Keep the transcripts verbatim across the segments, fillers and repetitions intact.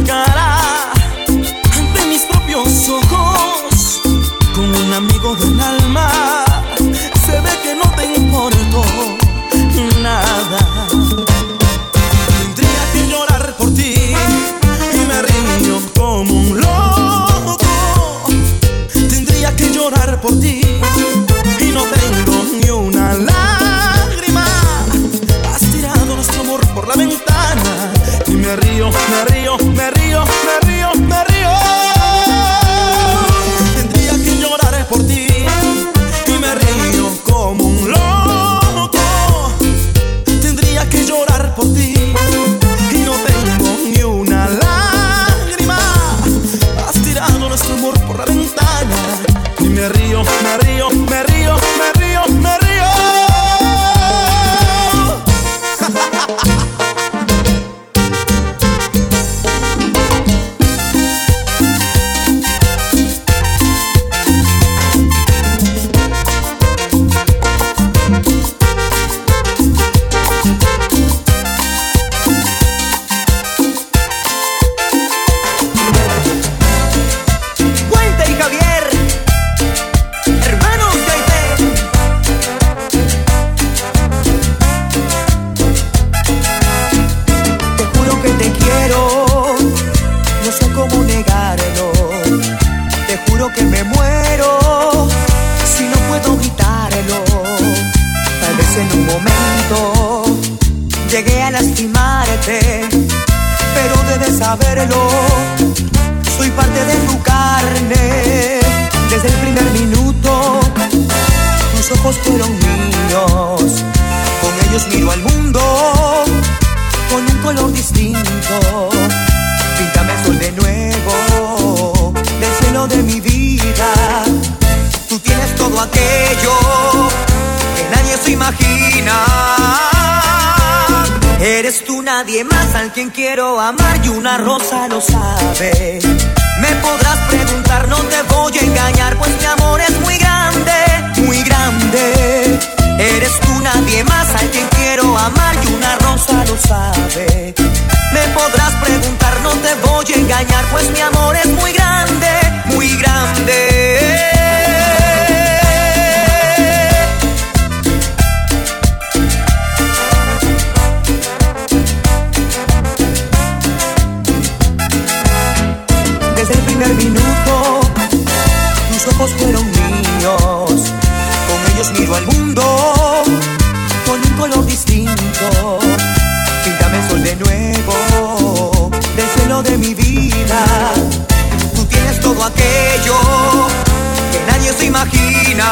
cara ante mis propios ojos con un amigo del alma. Se ve que no te importó nada. Tendría que llorar por ti y me río como un loco. Tendría que llorar por ti y no tengo ni una lágrima. Has tirado nuestro amor por la ventana y me río, me río, me río, me río, me río. Tendría que llorar por ti y me río como un loco. Tendría que llorar por ti y no tengo ni una lágrima. Has tirado nuestro amor por la ventana y me río, me río, me río, me río, me río. Llegué a lastimarte, pero debes saberlo. Soy parte de tu carne. Desde el primer minuto, tus ojos fueron míos. Con ellos miro al mundo con un color distinto. Píntame el sol de nuevo del cielo de mi vida. Tú tienes todo aquello que nadie se imagina. Eres tú, nadie más, al quien quiero amar, y una rosa lo sabe. Me podrás preguntar, no te voy a engañar, pues mi amor es muy grande, muy grande. Eres tú, nadie más, al quien quiero amar, y una rosa lo sabe. Me podrás preguntar, no te voy a engañar, pues mi amor es muy grande, muy grande. Desde el primer minuto, tus ojos fueron míos. Con ellos miro al mundo con un color distinto. Píntame el sol de nuevo del cielo de mi vida. Tú tienes todo aquello que nadie se imagina.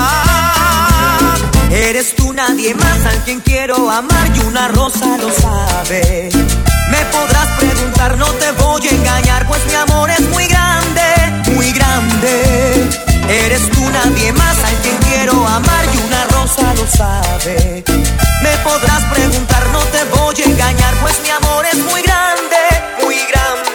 Eres tú, nadie más, al quien quiero amar, y una rosa lo sabe. Me podrás preguntar, no te voy a engañar, pues mi amor es muy grande, muy grande. Eres tú, nadie más, al quien quiero amar, y una rosa lo sabe. Me podrás preguntar, no te voy a engañar, pues mi amor es muy grande, muy grande.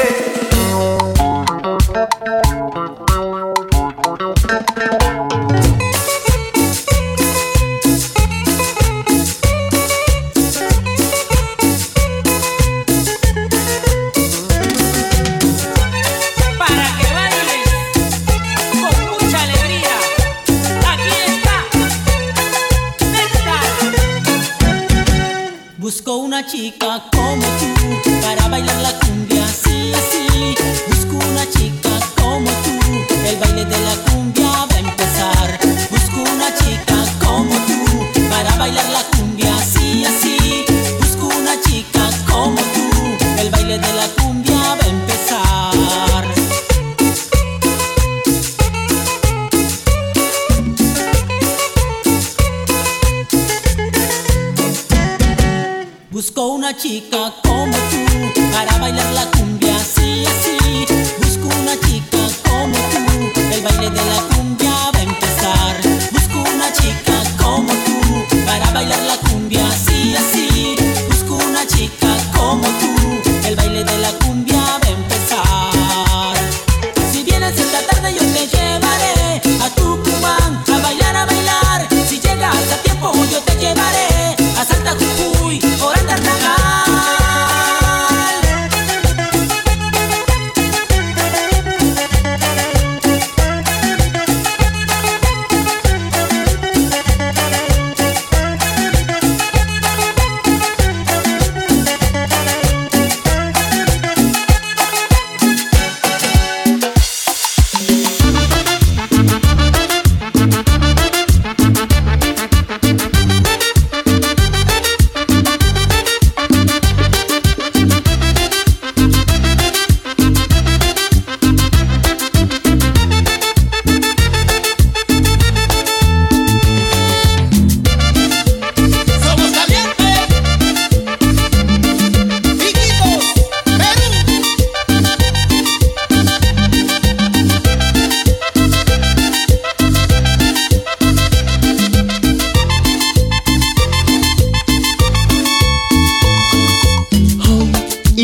Busco una chica como tú para bailar la cumbia así, así. Busco una chica como tú, el baile de la cumbia va a empezar. Busco una chica como tú para bailar la cumbia así, así. Busco una chica como tú, el baile de la cumbia va a empezar. Busco una chica como tú para bailar la cumbia así, así. Busco una chica como tú, el baile de la cumbia va a empezar. Busco una chica como tú para bailar la cumbia así, así. Busco una chica como tú, el baile de la cumbia va a empezar. Si vienes esta tarde yo te llevaré a Tucumán a bailar, a bailar. Si llegas a tiempo yo te llevaré a Salta, Jujuy, Orán, Tartagal.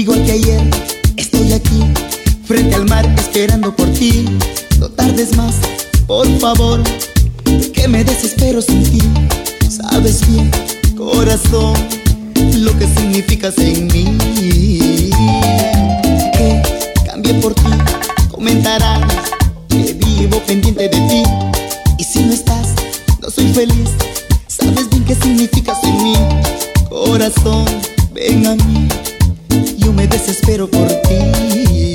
igual que ayer, estoy aquí, frente al mar, esperando por ti. No tardes más, por favor, que me desespero sin ti. Sabes bien, corazón, lo que significas en mí. Que cambié por ti, comentarás que vivo pendiente de ti. Y si no estás, no soy feliz. Sabes bien qué significas en mí. Corazón, ven a mí, yo me desespero por ti.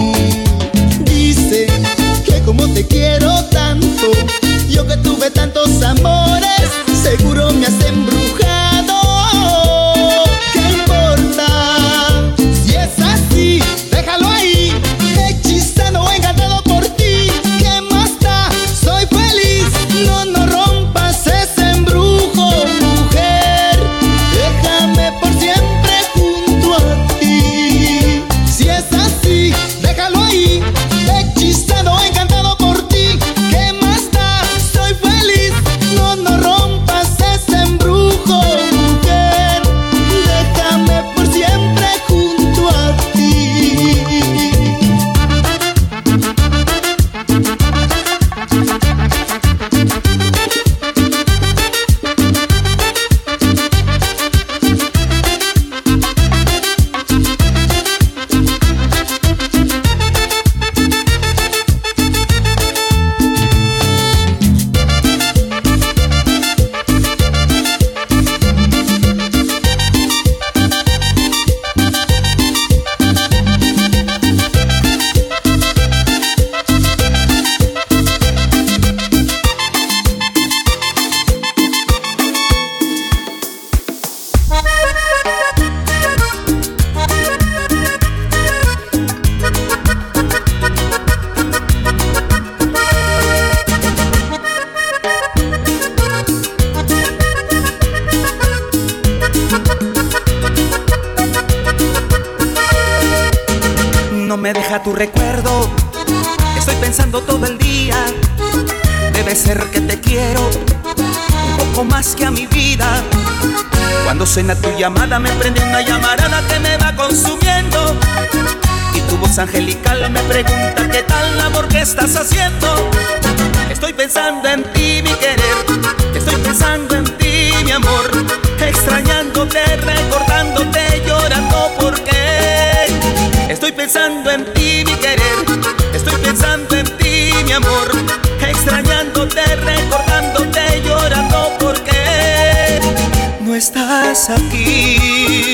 Dice que como te quiero tanto, yo que tuve tantos amores, seguro me has embrujado. ¿Qué importa? Si es así, déjalo ahí. Hechizado o encantado por ti, ¿qué más da? Soy feliz. No, no rompas ese embrujo, mujer. Déjame por siempre junto a ti. Si es así, déjalo ahí. Hechizado o encantado por ti, ¿qué más da? Soy feliz. No, no rompas ese embrujo, mujer. Déjame por siempre junto a ti. No me deja tu recuerdo, estoy pensando todo el día. Debe ser que te quiero un poco más que a mi vida. Cuando suena tu llamada me prende una llamarada que me va consumiendo. Y tu voz angelical me pregunta qué tal amor que estás haciendo. Estoy pensando en ti, mi querer. Estoy pensando en ti, mi amor. Extrañándote, recordándote, llorando porque estoy pensando en ti, mi querer. Estoy pensando en ti, mi amor. Extrañándote, recordándote, llorando porque no estás aquí.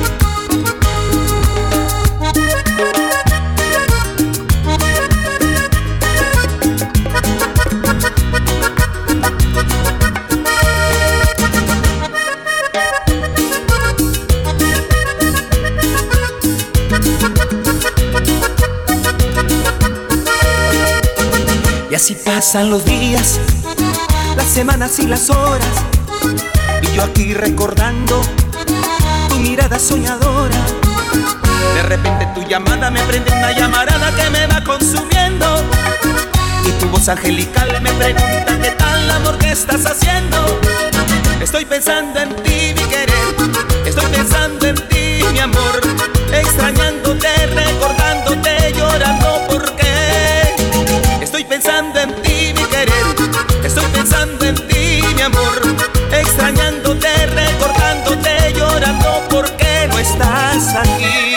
Y así pasan los días, las semanas y las horas, y yo aquí recordando tu mirada soñadora. De repente tu llamada me prende una llamarada que me va consumiendo. Y tu voz angelical me pregunta qué tal amor que estás haciendo. Estoy pensando en ti, mi querer. Estoy pensando en ti, mi amor. Extrañándote, recordándote, llorando porque estoy pensando en ti, mi querer. Estoy pensando en ti, mi amor. Extrañándote, recordándote, llorando porque no estás aquí.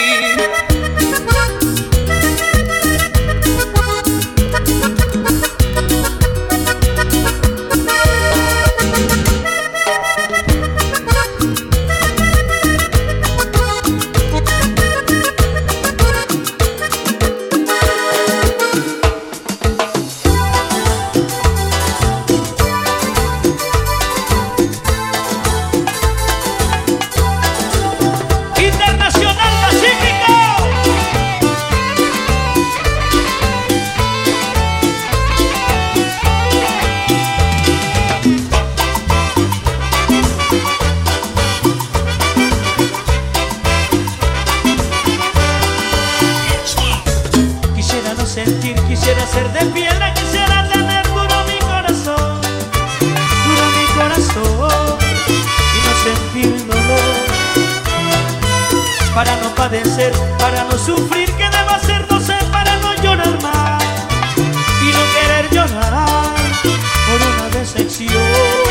Quisiera ser de piedra, quisiera tener duro mi corazón, duro mi corazón, y no sentir dolor. para no padecer, para no sufrir. ¿Qué debo hacer? No sé, para no llorar más y no querer llorar por una decepción.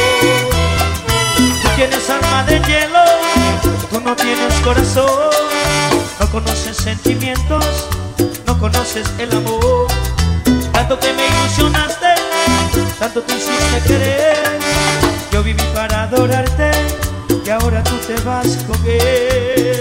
Tú tienes alma de hielo, tú no tienes corazón, no conoces sentimientos, no conoces el amor. Tanto que me ilusionaste, tanto te hiciste querer, yo viví para adorarte y ahora tú te vas con él.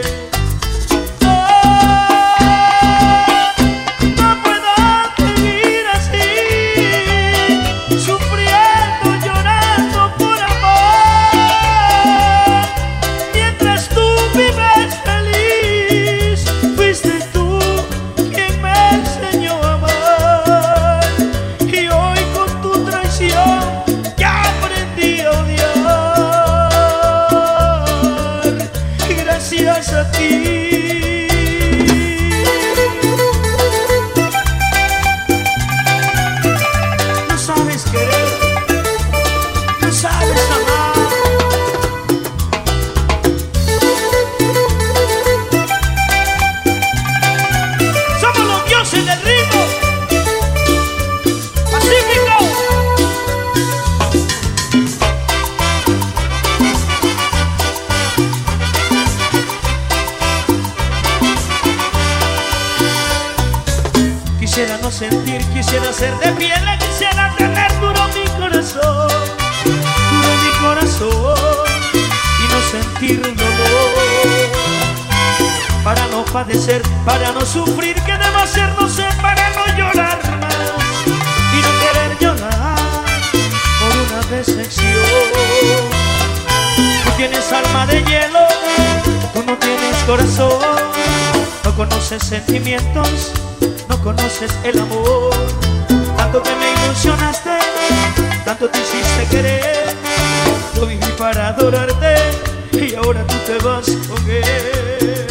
Quisiera no sentir, quisiera ser de piel, quisiera tener duro mi corazón, duro mi corazón y no sentir dolor. Para no padecer, para no sufrir, ¿qué debo hacer? No sé, para no llorar más y no querer llorar por una decepción. Tú tienes alma de hielo, tú no tienes corazón, no conoces sentimientos, no conoces el amor. Tanto que me ilusionaste, tanto te hiciste querer, yo viví para adorarte y ahora tú te vas con él.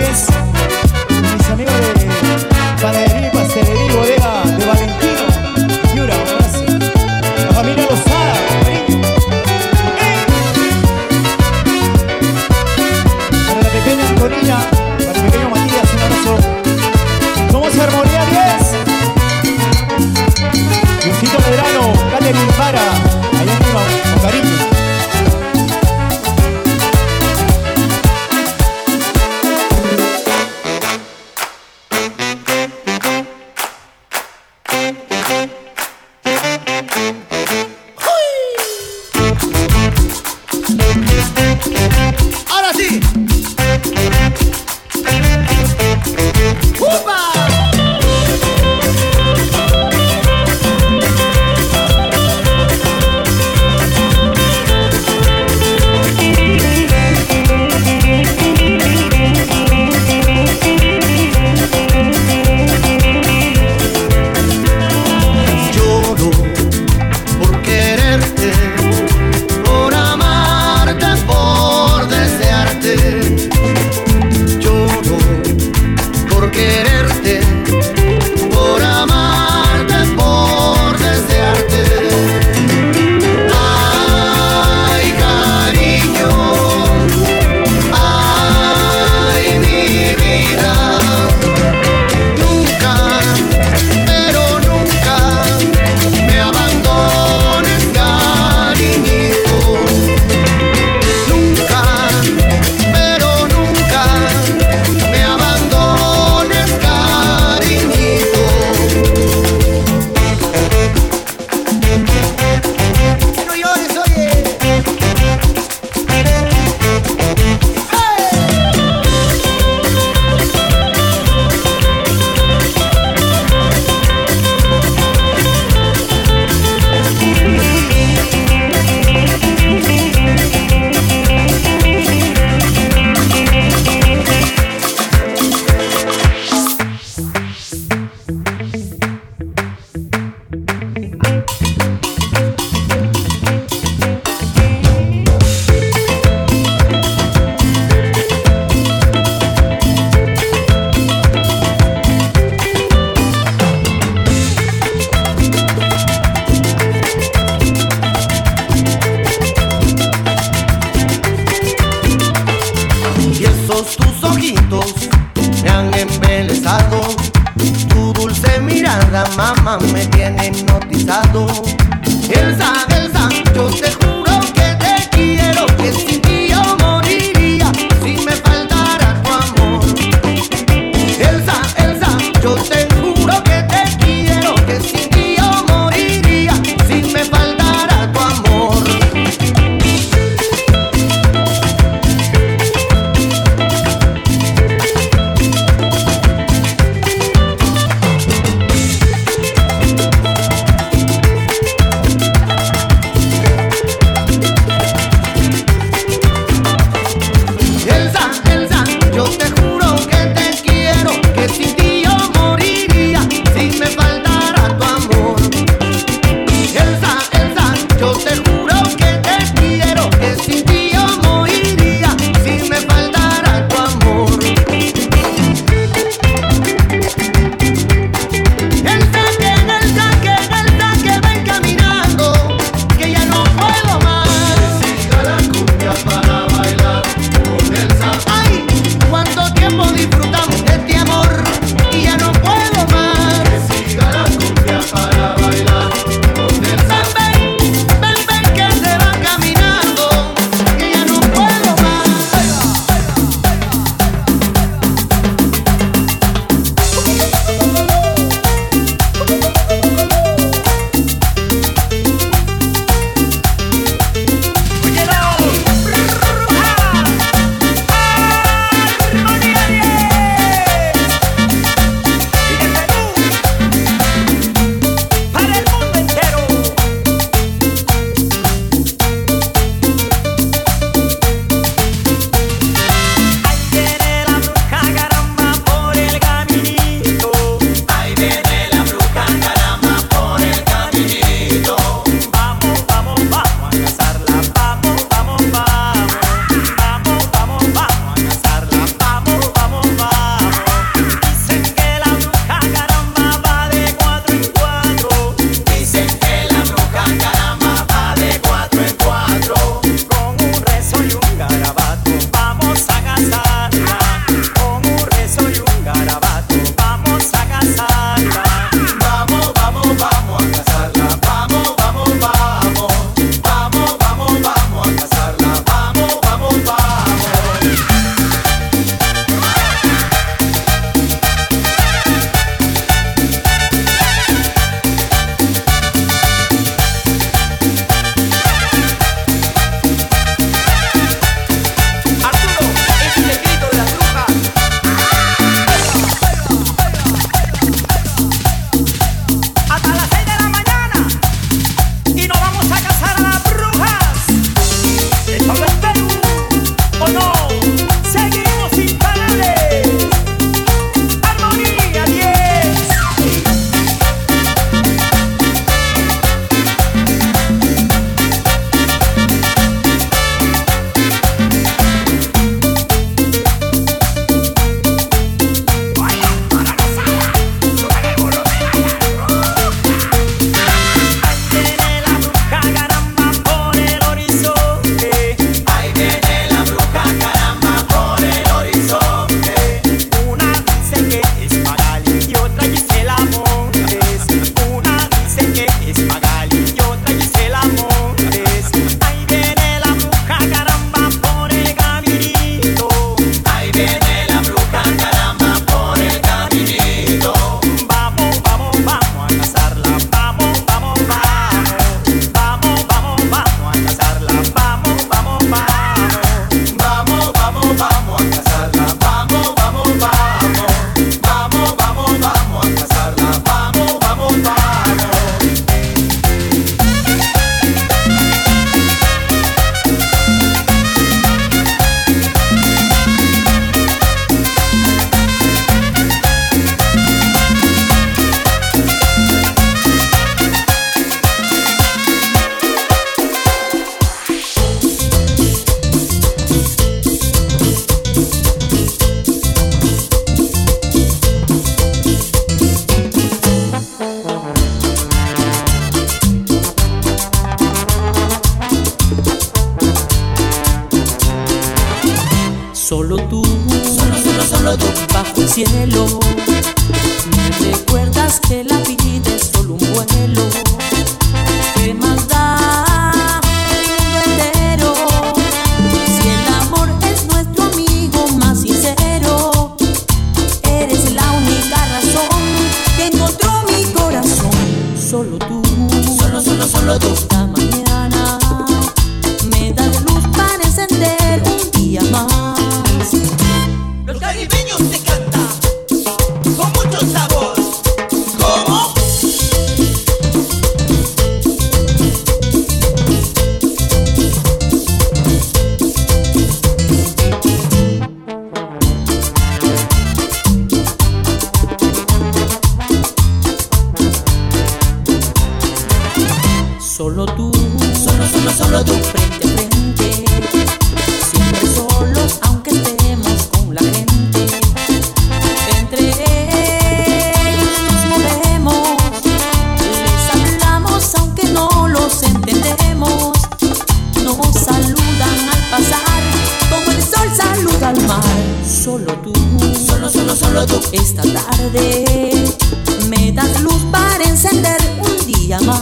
Rodríguez, mis amigos de Panadería y Pastelería y Bodega de Valentino, Piura, un abrazo. La familia Lozada, cariño. ¡Eh! Para la pequeña Antonina, para el pequeño Matías, un abrazo. Somos Armonía diez. Diosito Medrano, Catherine Para, allá arriba, con cariño. Mamá me tiene hipnotizado. Elsa, Elsa, yo te juro que te quiero, que sin ti yo moriría si me faltara tu amor. Elsa, Elsa, yo te juro que te quiero, que sin ti yo moriría si me faltara tu amor. Solo tú, solo, solo, solo tú, bajo el cielo. Me recuerdas que la vida es solo un vuelo. ¿Qué más da el mundo entero si el amor es nuestro amigo más sincero? Eres la única razón que encontró mi corazón. Solo tú, solo, solo, solo tú. Esta mañana me das luz para encender un día más. Los caribeños te cantan con mucho sabor. ¿Cómo? Solo tú, solo, solo, solo tú, frente a frente. Siempre solos, aunque estemos con la gente. Entre ellos nos movemos, les hablamos aunque no los entendemos. Nos saludan al pasar, como el sol saluda al mar. Solo tú, solo, solo, solo tú. Esta tarde me das luz para encender un día más.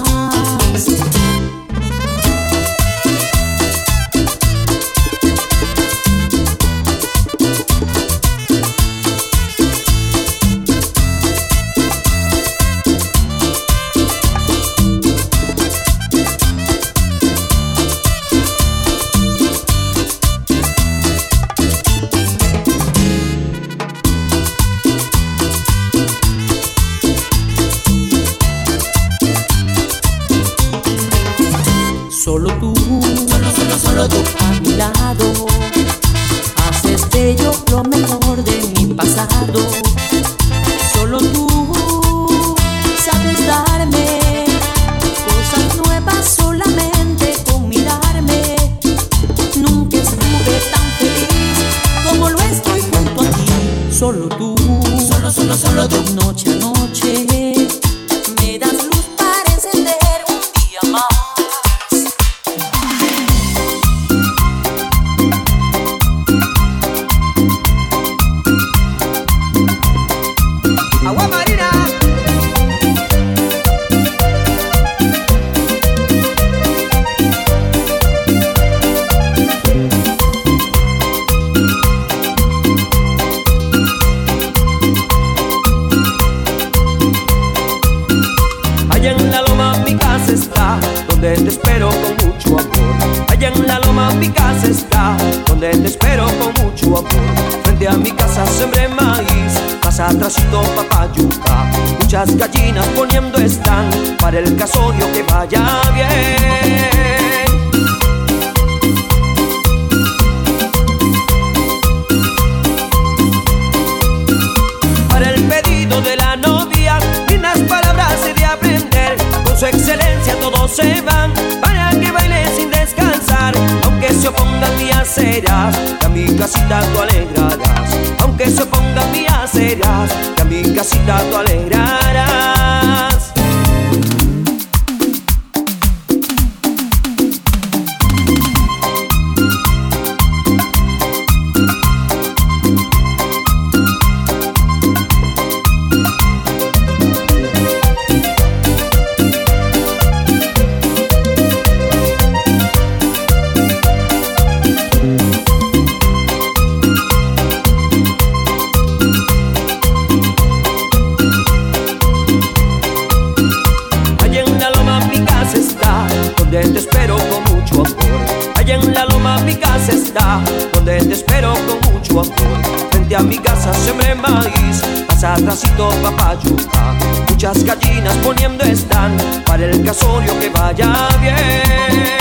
Solo tú, solo, solo, solo tú a mi lado. Haces bello lo mejor de mi pasado. Solo tú sabes darme cosas nuevas solamente con mirarme. Nunca estuve tan feliz como lo estoy junto a ti. Solo tú, solo, solo, solo tú. Noche a noche me das luz para encender un día más. Agua Marina. Allá en la loma mi casa está, donde te espero con mucho amor. Allá en la loma mi casa está, donde te espero con mucho amor. Frente a mi casa sembré maíz, más atrásito papayuca. Muchas gallinas poniendo están, para el casorio que vaya bien. Para el pedido de la novia, lindas palabras he de aprender. Con su excelencia todos se van, para que baile sin descansar. Aunque se opongan mías serás, que a mi casita tú alegrarás. Aunque se opongan mías serás, que a mi casita tú alegrarás. Donde te espero con mucho amor. Allá en la loma mi casa está, donde te espero con mucho amor. Frente a mi casa sembré maíz, más atrásito papayuca. Muchas gallinas poniendo están, para el casorio que vaya bien.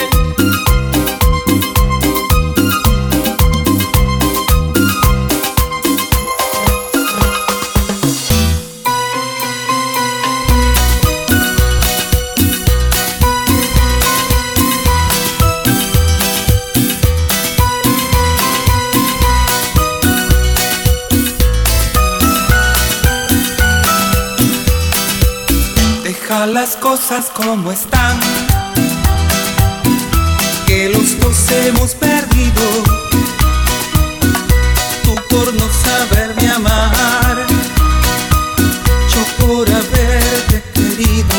Deja las cosas como están, que los dos hemos perdido. por no saberme amar, yo por haberte querido.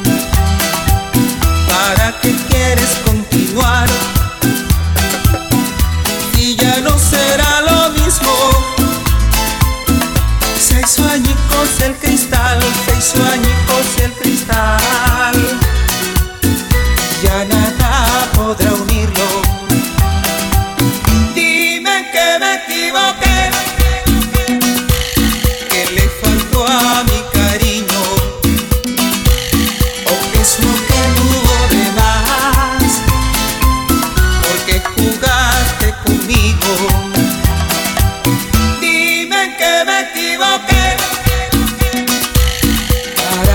¿Para qué quieres continuar? Si ya no será lo mismo. Se hizo añicos el cristal, se hizo añicos el cristal. Ya nada podrá unirlo. Dime que me equivoqué, que le faltó a mi cariño, o qué es lo que hubo de más, porque jugaste conmigo. Dime que me equivoqué, para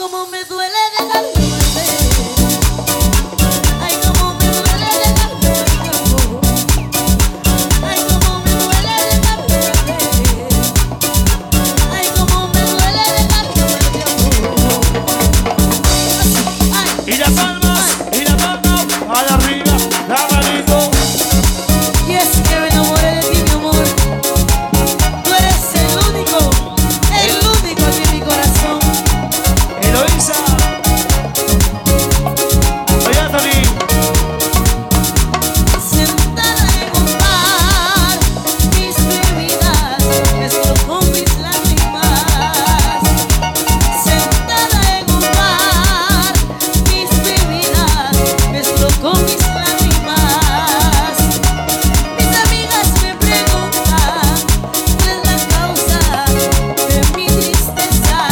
cómo me duele dejarlo perder. Ay, cómo me duele dejarlo perder. Ay, cómo me duele dejarlo perder. Ay, cómo me duele dejarlo perder. Y las palmas, y las palmas, allá arriba, la manito. Y es que me enamoré de ti, mi amor. Tú eres el único, el único aquí en mi corazón. Eloísa. Oye, Anthony. Sentada en un bar, mis bebidas mezclo con mis lágrimas. Sentada en un bar, mis bebidas mezclo con mis lágrimas. Mis amigas me preguntan cuál es la causa de mi tristeza.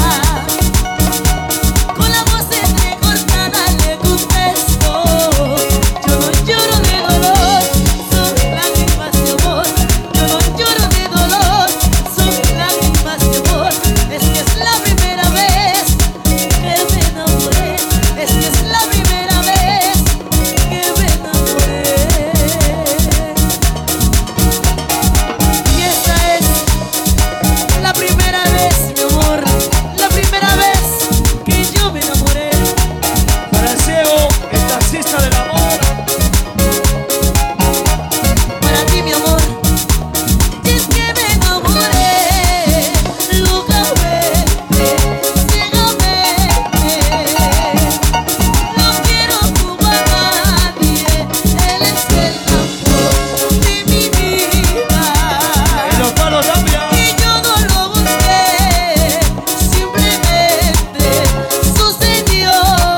Con la voz entrecortada le contesto: yo no lloro de dolor, son lágrimas de amor. Yo no lloro de dolor, son lágrimas de amor. Es que es la primera vez que me enamoré. Es que es la primera vez que me enamoré. Y esta es la primera vez, mi amor, la primera vez que yo me enamoré. Para el ciego, el taxista del amor. Para ti, mi amor. Y es que me enamoré locamente, ciegamente. No quiero culpar a nadie, él es el amor de mi vida. En los palos también. Y yo no lo busqué, simplemente sucedió.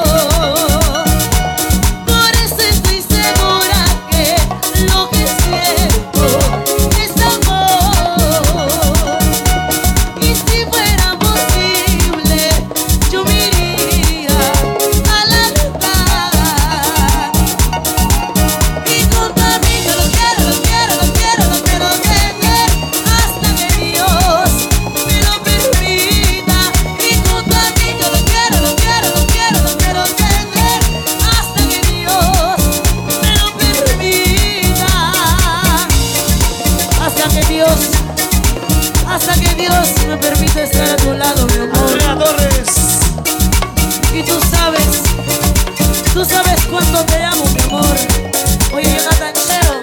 Por eso estoy segura que lo que siento es amor. Y si fuera posible, yo me iría a la altar. Y junto a mí yo lo quiero, lo quiero, lo quiero, lo quiero tener hasta que Dios me lo permita. Y junto a mí yo lo quiero, lo quiero, lo quiero, lo quiero tener hasta que Dios me lo permita. Hasta que Dios, hasta que Dios me permita estar a tu lado, mi amor. Andrea Torres. Y tú sabes, tú sabes cuánto te amo, mi amor. Oye, Jonathan Chero.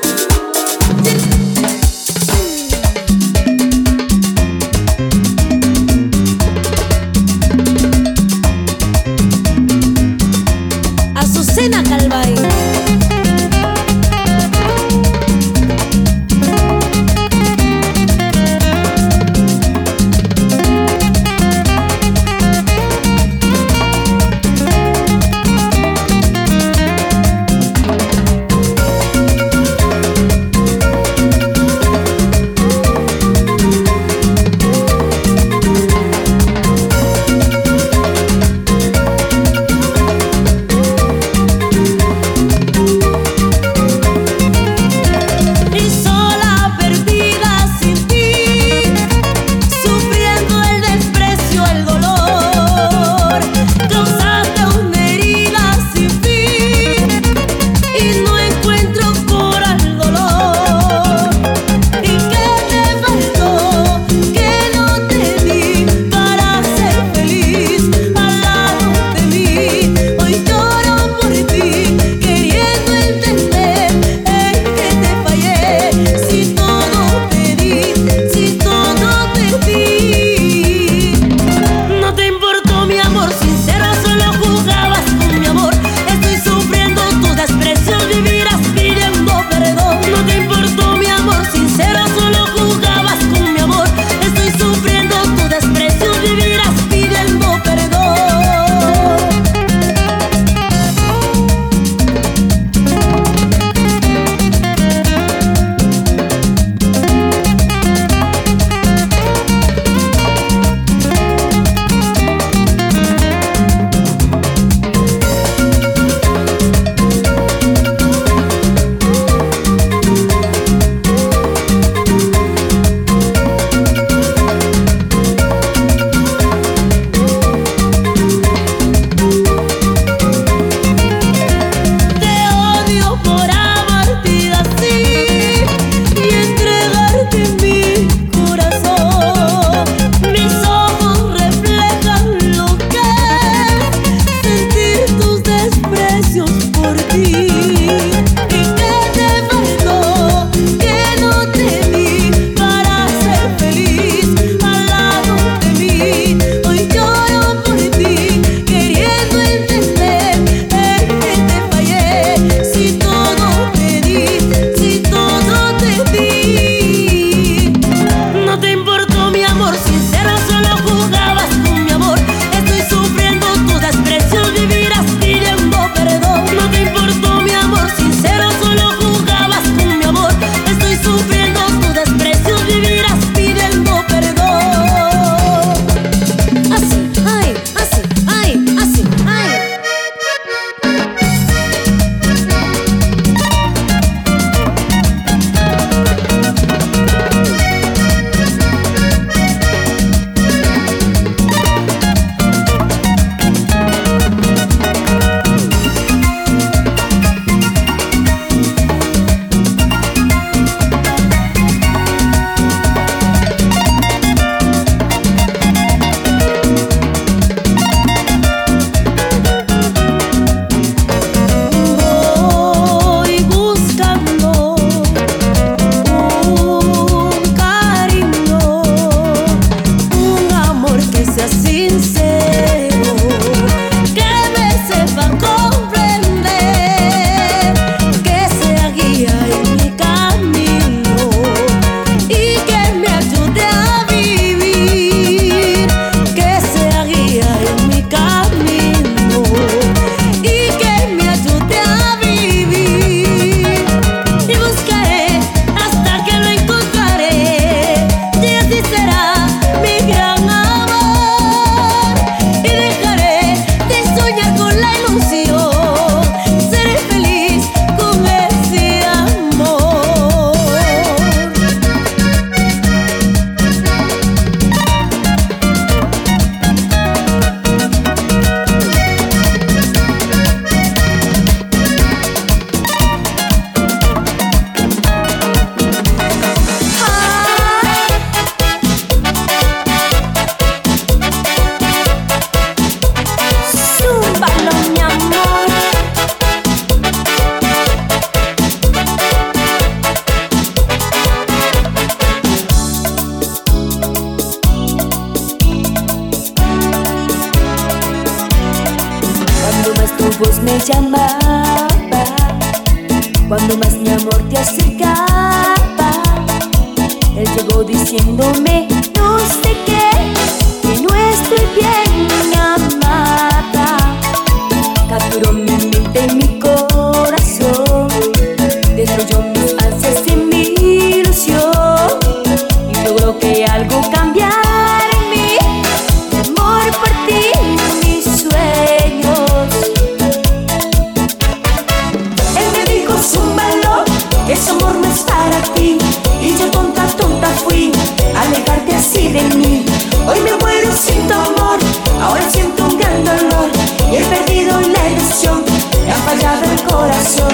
Azucena Calvay. voz me llamaba, cuando más mi amor te acercaba. Él llegó diciéndome no sé qué, que no estoy bien amada. Capturó mi mente y mi corazón, destruyó mis ansias y mi ilusión, y logró que algo cambiara en mí. Mi amor por ti, mis sueños. Él me dijo zúmbalo, que su amor no es para ti. Y yo tonta, tonta fui, alejarte así de mí. Hoy me muero sin tu amor, ahora siento un gran dolor, y he perdido la ilusión, me ha fallado el corazón.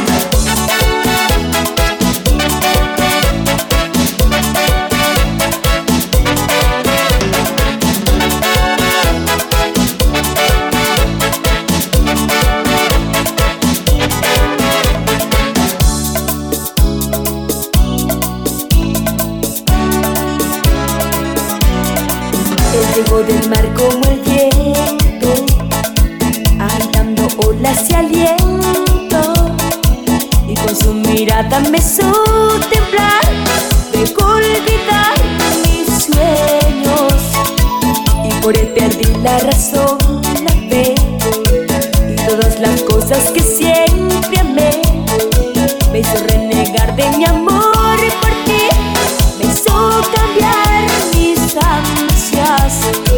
Él llegó del mar como el viento, agitando olas y aliento, y con su mirada me hizo temblar, dejó olvidar mis sueños, y por él perdí la razón, la fe, y todas las cosas que siempre amé. Me hizo renegar de mi amor por ti, me hizo cambiar mis ansias.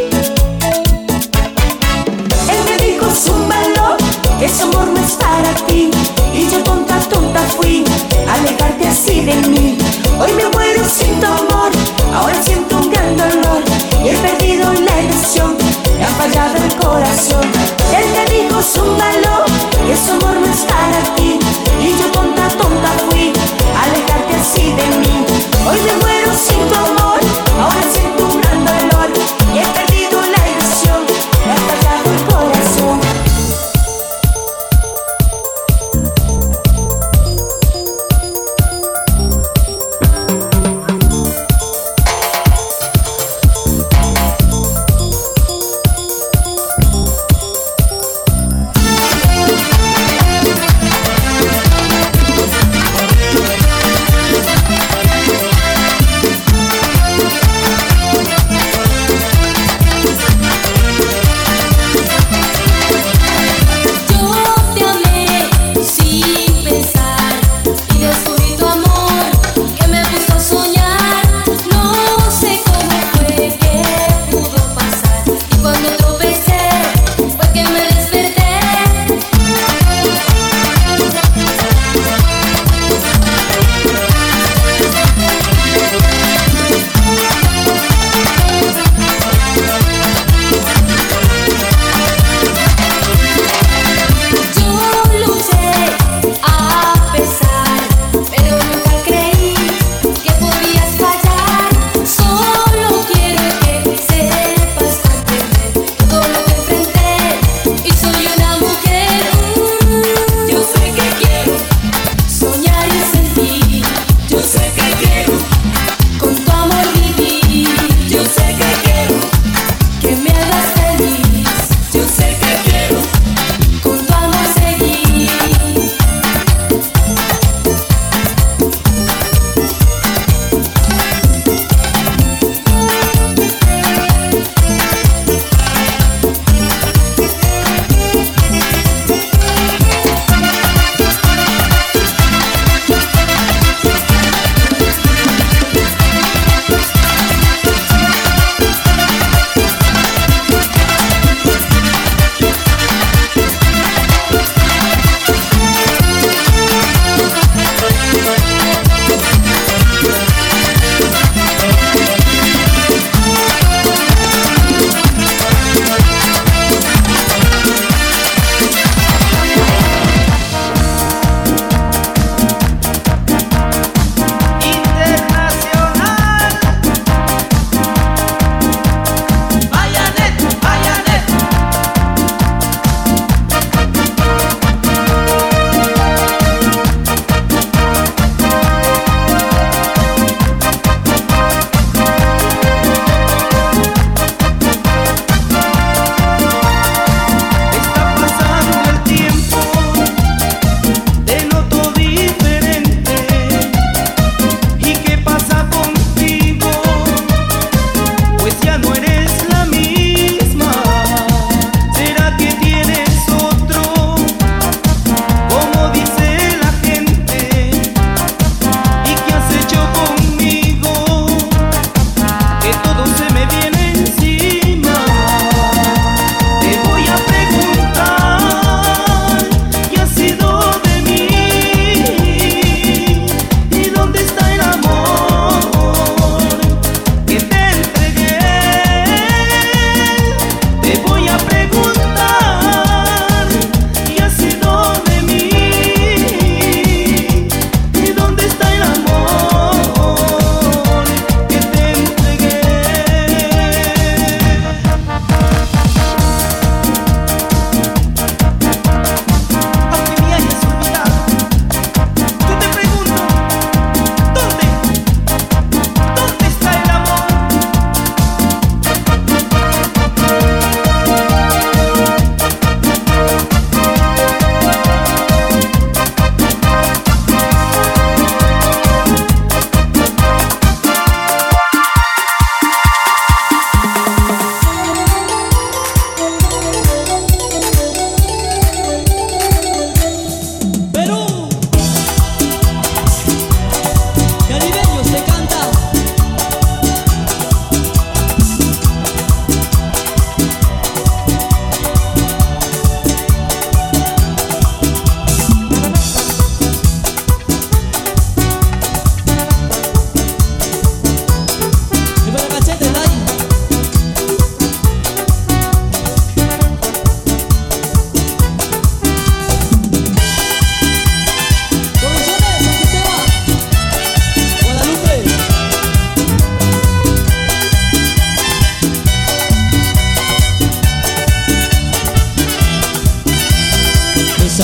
Él me dijo zúmbalo, que su amor no es para ti. Y yo tonta, tonta fui, alejarte así de mí. Hoy me muero sin tu amor, ahora siento un gran dolor, y he perdido la ilusión, me ha fallado el corazón. Él me dijo zúmbalo, que su amor no es para ti. Y yo tonta, tonta fui, alejarte así de mí. Hoy me muero sin tu amor, ahora siento un gran dolor, y he perdido la ilusión, me ha fallado el corazón.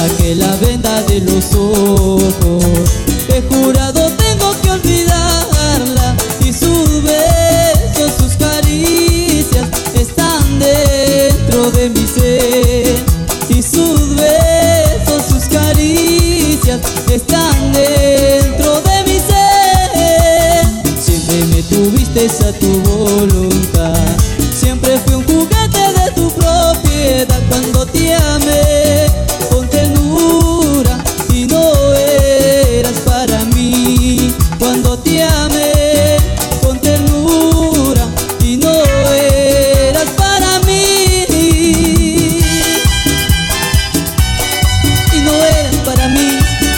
saqué la venda de los ojos. He jurado tengo que olvidarla, y sus besos, sus caricias están dentro de mi ser. Y sus besos, sus caricias están dentro de mi ser. Siempre me tuviste a tu voluntad, siempre fui un juguete de tu propiedad. Cuando te amé con ternura y no eras para mí. Cuando te amé con ternura y no eras para mí. Y no eras para mí.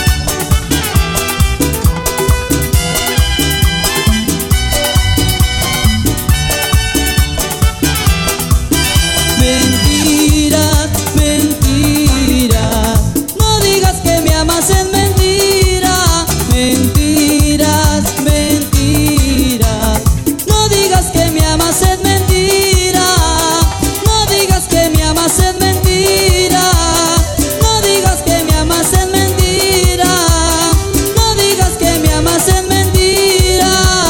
Mentiras, mentiras, no digas que me amas, es mentira. Mentiras, mentiras, no digas que me amas, es mentira. No digas que me amas, es mentira. No digas que me amas, es mentira. No digas que me amas, es mentira.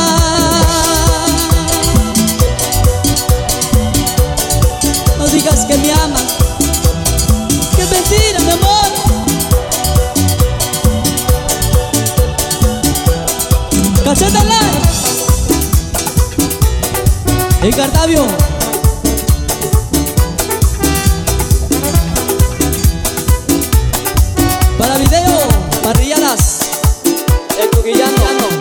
No digas que me amas, que es mentira, mi amor. Cacheta Live, el Cartavio. Para video, parrilladas, el Trujillano.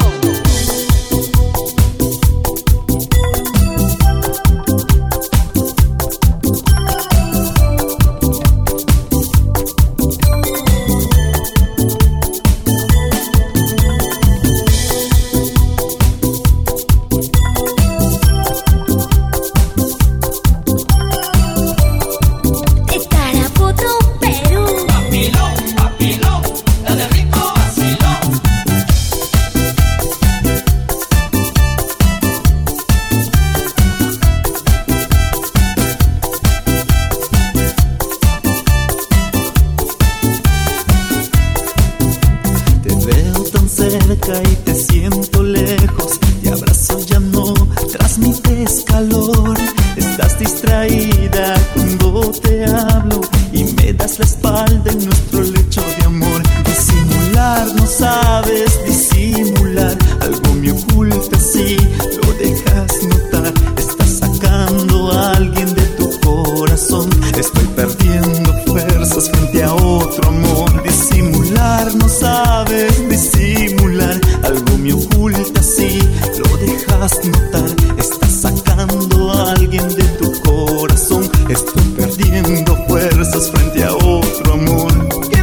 Tarapoto, Perú. Papilón, papilón, la de rico vacilón. Te veo tan cerca y te siento lejos. Te abrazo, ya no transmites calor. Estás distraída cuando te hablo y me das la espalda en nuestro lecho de amor. Disimular, no sabes disimular. Algo me oculta, sí, lo dejas notar. Estás sacando a alguien de tu corazón. Estoy perdiendo fuerzas frente a otro amor. Disimular, no sabes disimular. Algo me oculta, sí, lo dejas notar. Estás sacando a alguien de tu corazón. Estoy perdiendo fuerzas frente a otro amor. ¿Qué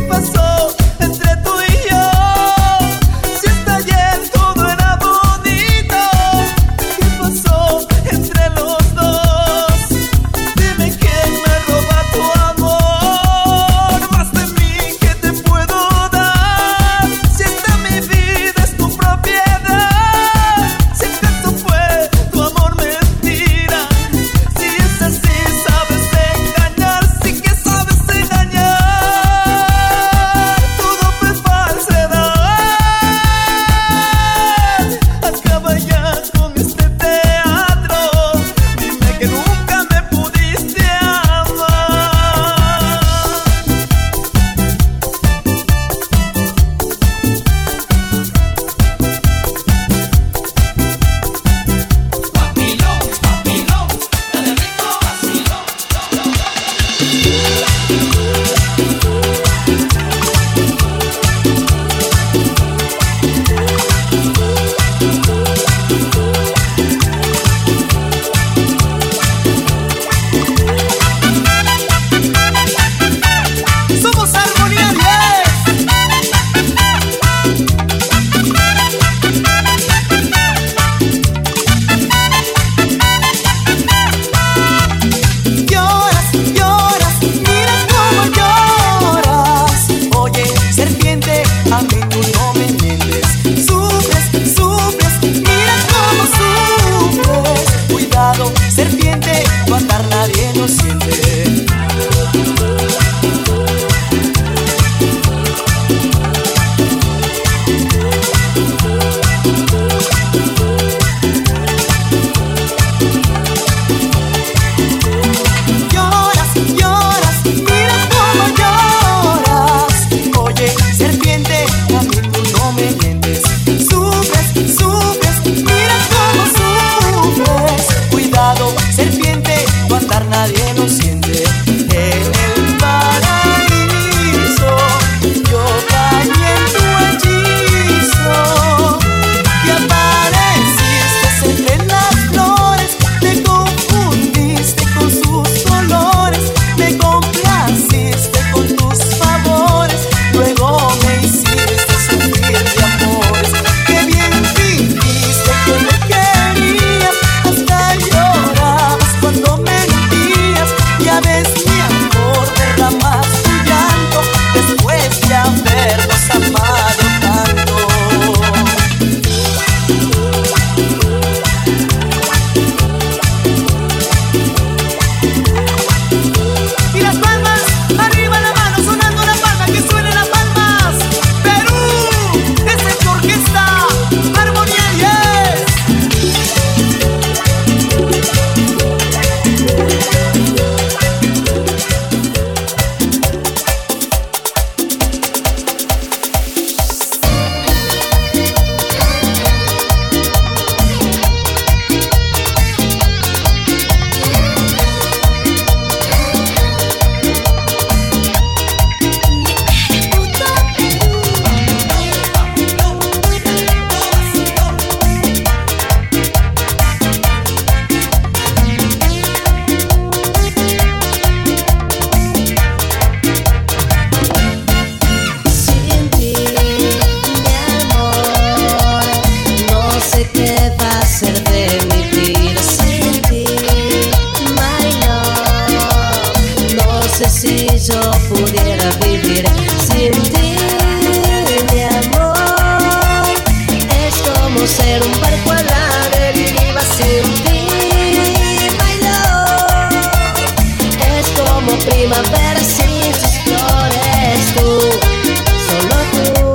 sé si yo pudiera vivir sin ti, mi amor. Es como ser un barco a la deriva sin ti, my love. Es como primavera sin sus flores, tú, solo tú.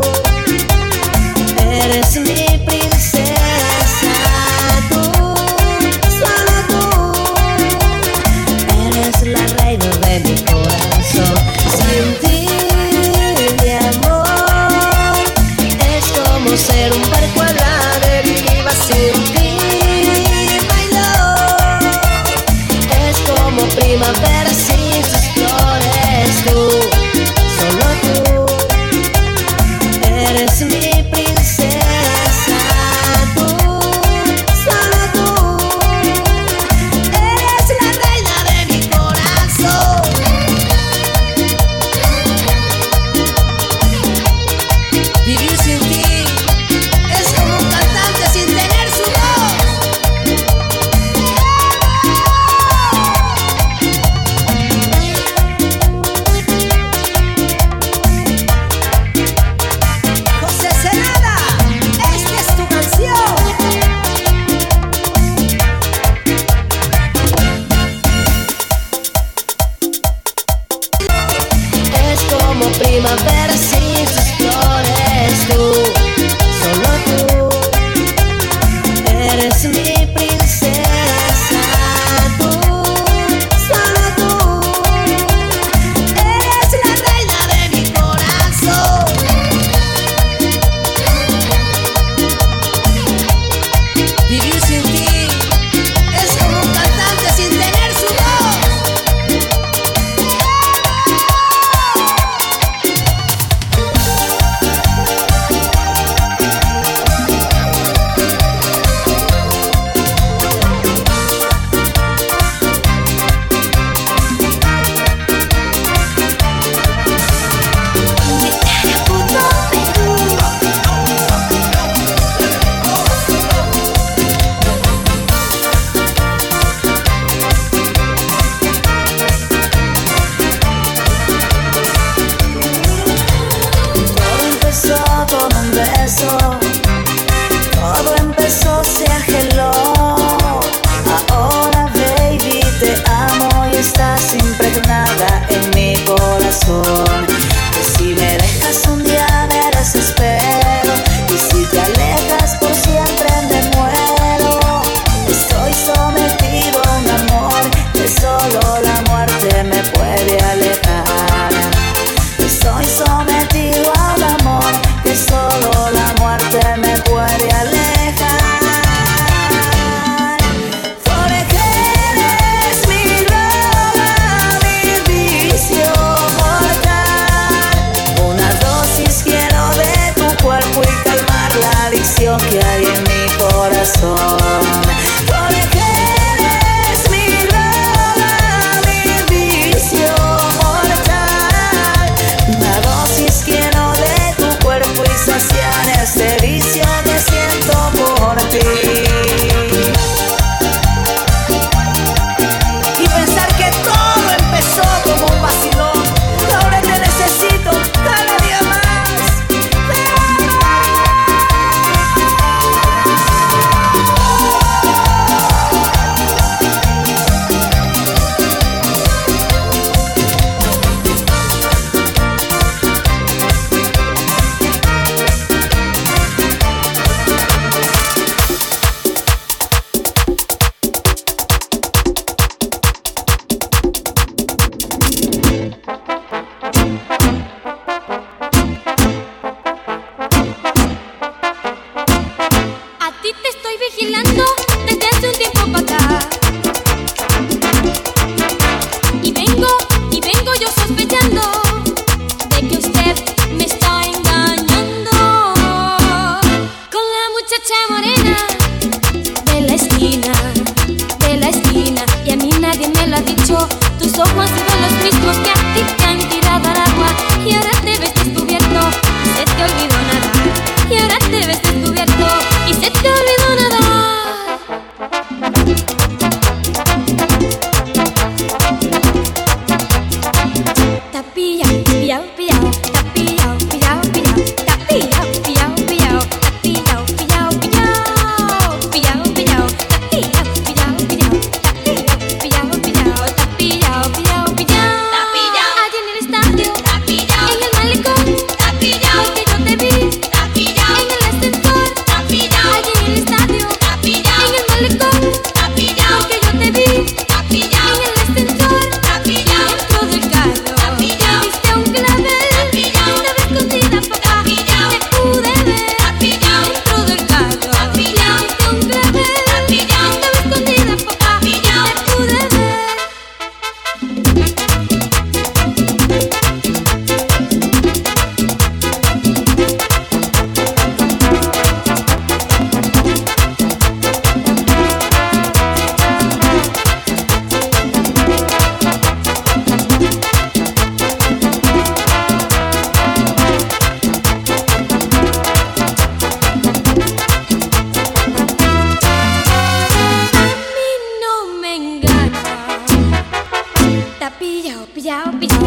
Eres mi princesa, tú, solo tú. Eres la reina de mi corazón. Sin ti, mi amor, es como ser un barco a la deriva sin ti, my love. Es como primavera sin sus flores, tú, solo tú. Eres mi princesa, tú, solo tú. Eres la reina de mi corazón. Vivir sin ti es como un cantante sin tener su voz. José Cerada, esta es tu canción. Es como primavera sin sus flores, tú, solo tú. Eres mi princesa, tú, solo tú. Eres la reina de mi corazón. Vivir sin ti es como un cantante sin tener su voz. Todo empezó con un beso, todo empezó, se ageló. Ahora, baby, te amo y estás impregnada en mi corazón. Que si me dejas un día me desespero, y si te alejas por siempre me muero. Estoy sometido a un amor que solo la muerte me puede alejar. Estoy sometido a un amor que solo la muerte me puede alejar. Porque eres mi droga, mi vicio mortal.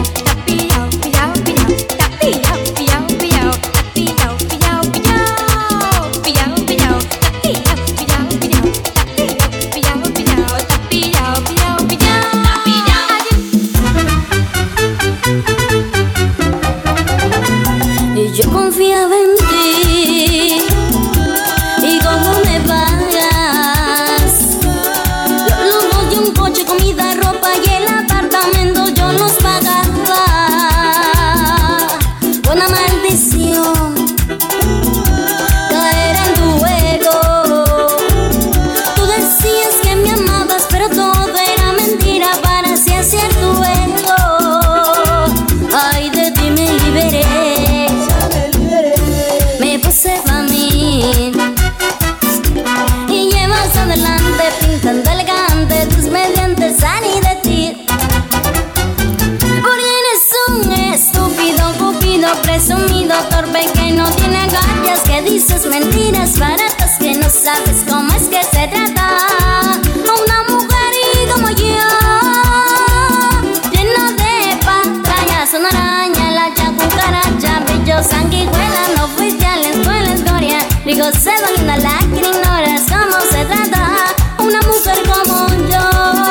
Presumido, torpe, que no tiene agallas, que dices mentiras baratas, que no sabes cómo es que se trata a una mujer y como yo, llena de patrañas, una araña, la cucaracha, brillo, sanguijuela, no fuiste a la escuela, escoria, digo, se va una lágrima, ignoras cómo se trata a una mujer como yo.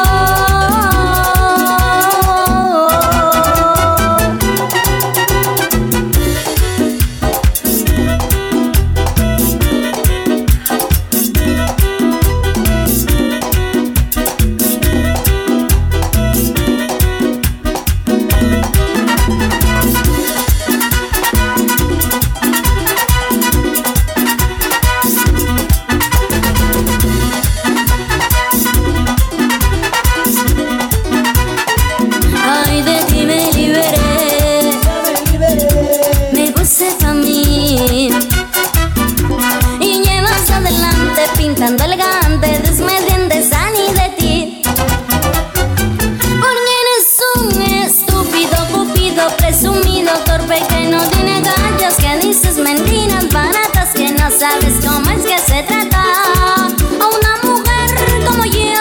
Pintando elegante, desmediante, Sani de ti. Porque eres un estúpido, cupido, presumido, torpe, que no tiene gallos, que dices mentiras baratas, que no sabes cómo es que se trata a una mujer como yo,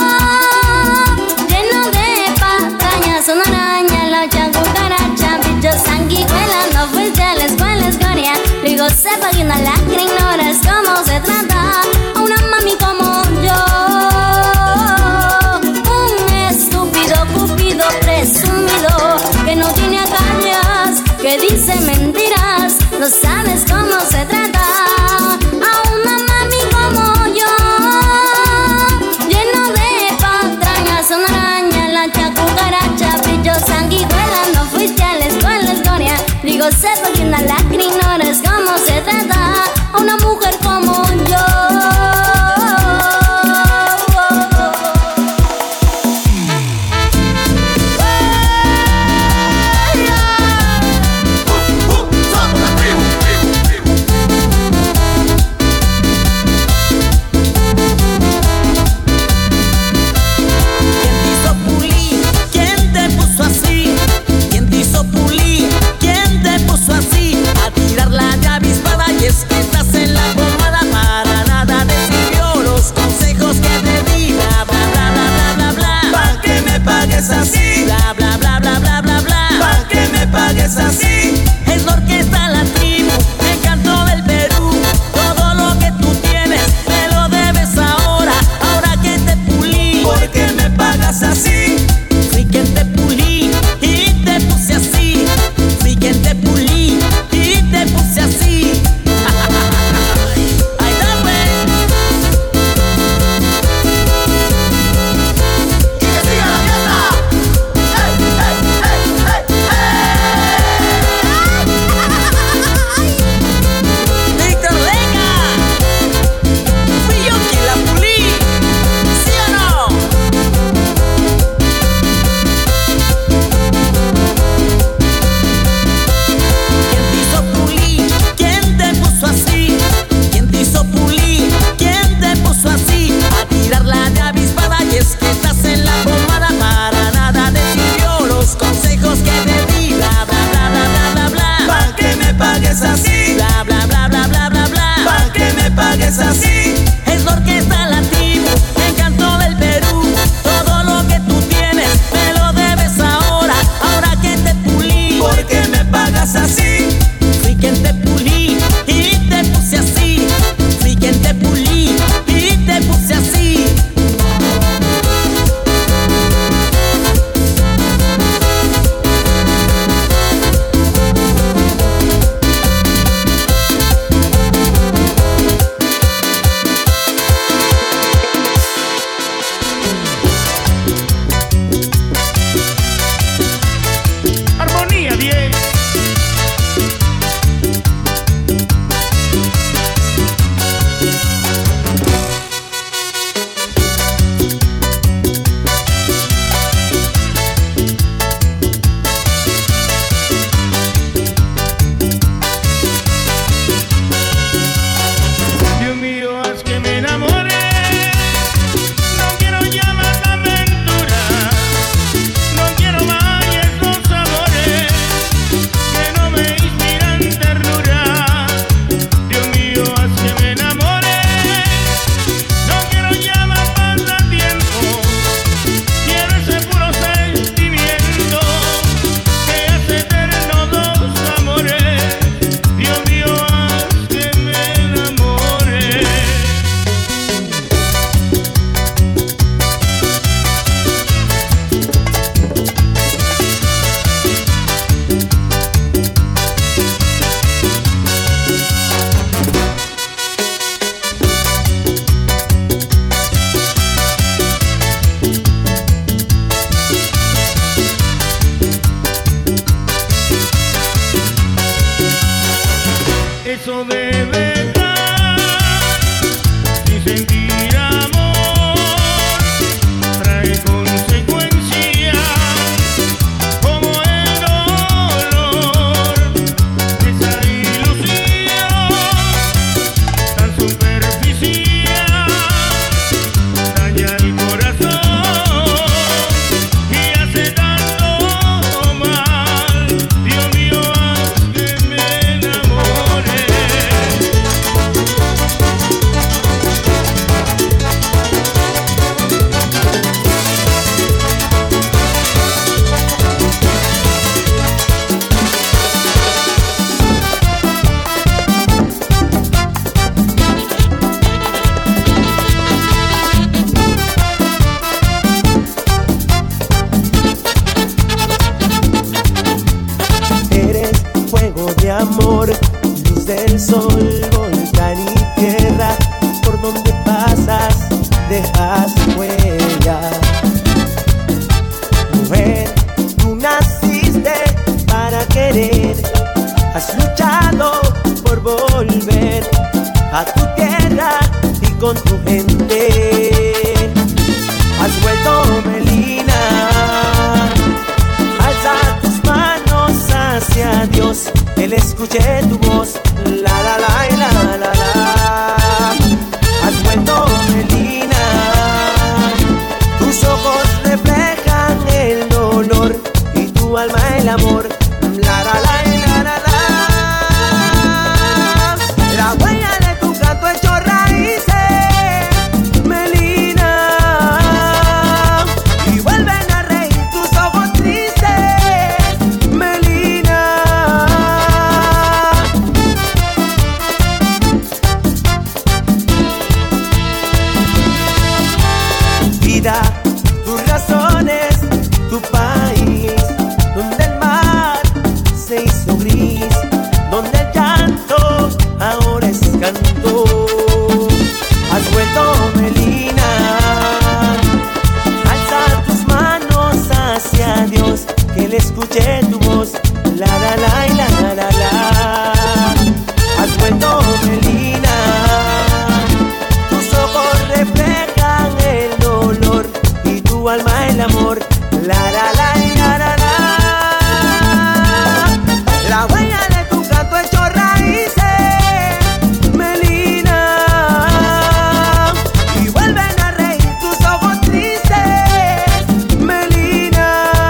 lleno de patrañas, una araña, la cucaracha, bicho, sanguijuela, no fuiste a la escuela, escoria, digo, sepa que una lágrima, ignoras cómo se trata a una mami como yo. Un estúpido, cupido, presumido, que no tiene agallas, que dice mentiras, no sabes cómo se trata a una mami como yo, lleno de patrañas, una araña, la cucaracha, brillo, sanguijuela, no fuiste a la escuela, escoria, digo, sepa que una lágrima, ignoras cómo se trata a una mujer como yo. Eso de verdad, sin sentir amor, trae consecuencias como el dolor de esa ilusión tan superficial, daña el corazón y hace tanto mal. Dios mío, haz que me enamore. Eres fuego de amor, luz del sol, volcán y tierra. Por donde pasas, dejas huella. Mujer, tú naciste para querer. Has luchado por volver a tu tierra y con tu gente. Has vuelto Melina. Alza tus manos hacia Dios, Él escuche tu voz, la la la y la la la. Has vuelto Melina, tus ojos reflejan el dolor y tu alma el amor, la la la y la la la. La huella de tu canto hecho raíces, Melina, y vuelven a reír tus ojos tristes, Melina. Vida, tus razones, tu país, donde el mar se hizo gris, donde el llanto ahora es canto. Has vuelto Melina, alza tus manos hacia Dios, que Él escuche tu voz, la la la y la la la. Has vuelto Melina, tus ojos reflejan el dolor y tu alma el amor, la la la y la la la. La huella de tu canto hecho raíces, Melina, y vuelven a reír tus ojos tristes, Melina.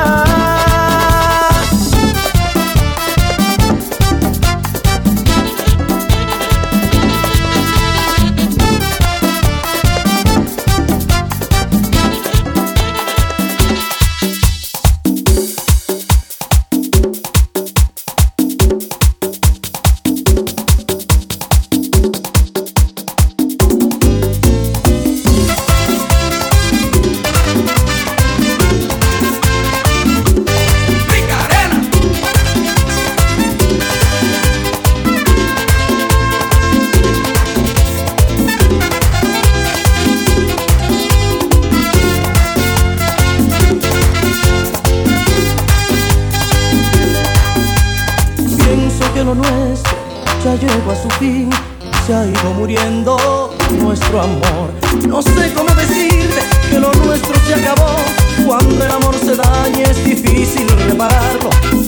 Pienso que lo nuestro ya llegó a su fin, se ha ido muriendo nuestro amor. No sé cómo decirte que lo nuestro se acabó. Cuando el amor se daña es difícil repararlo.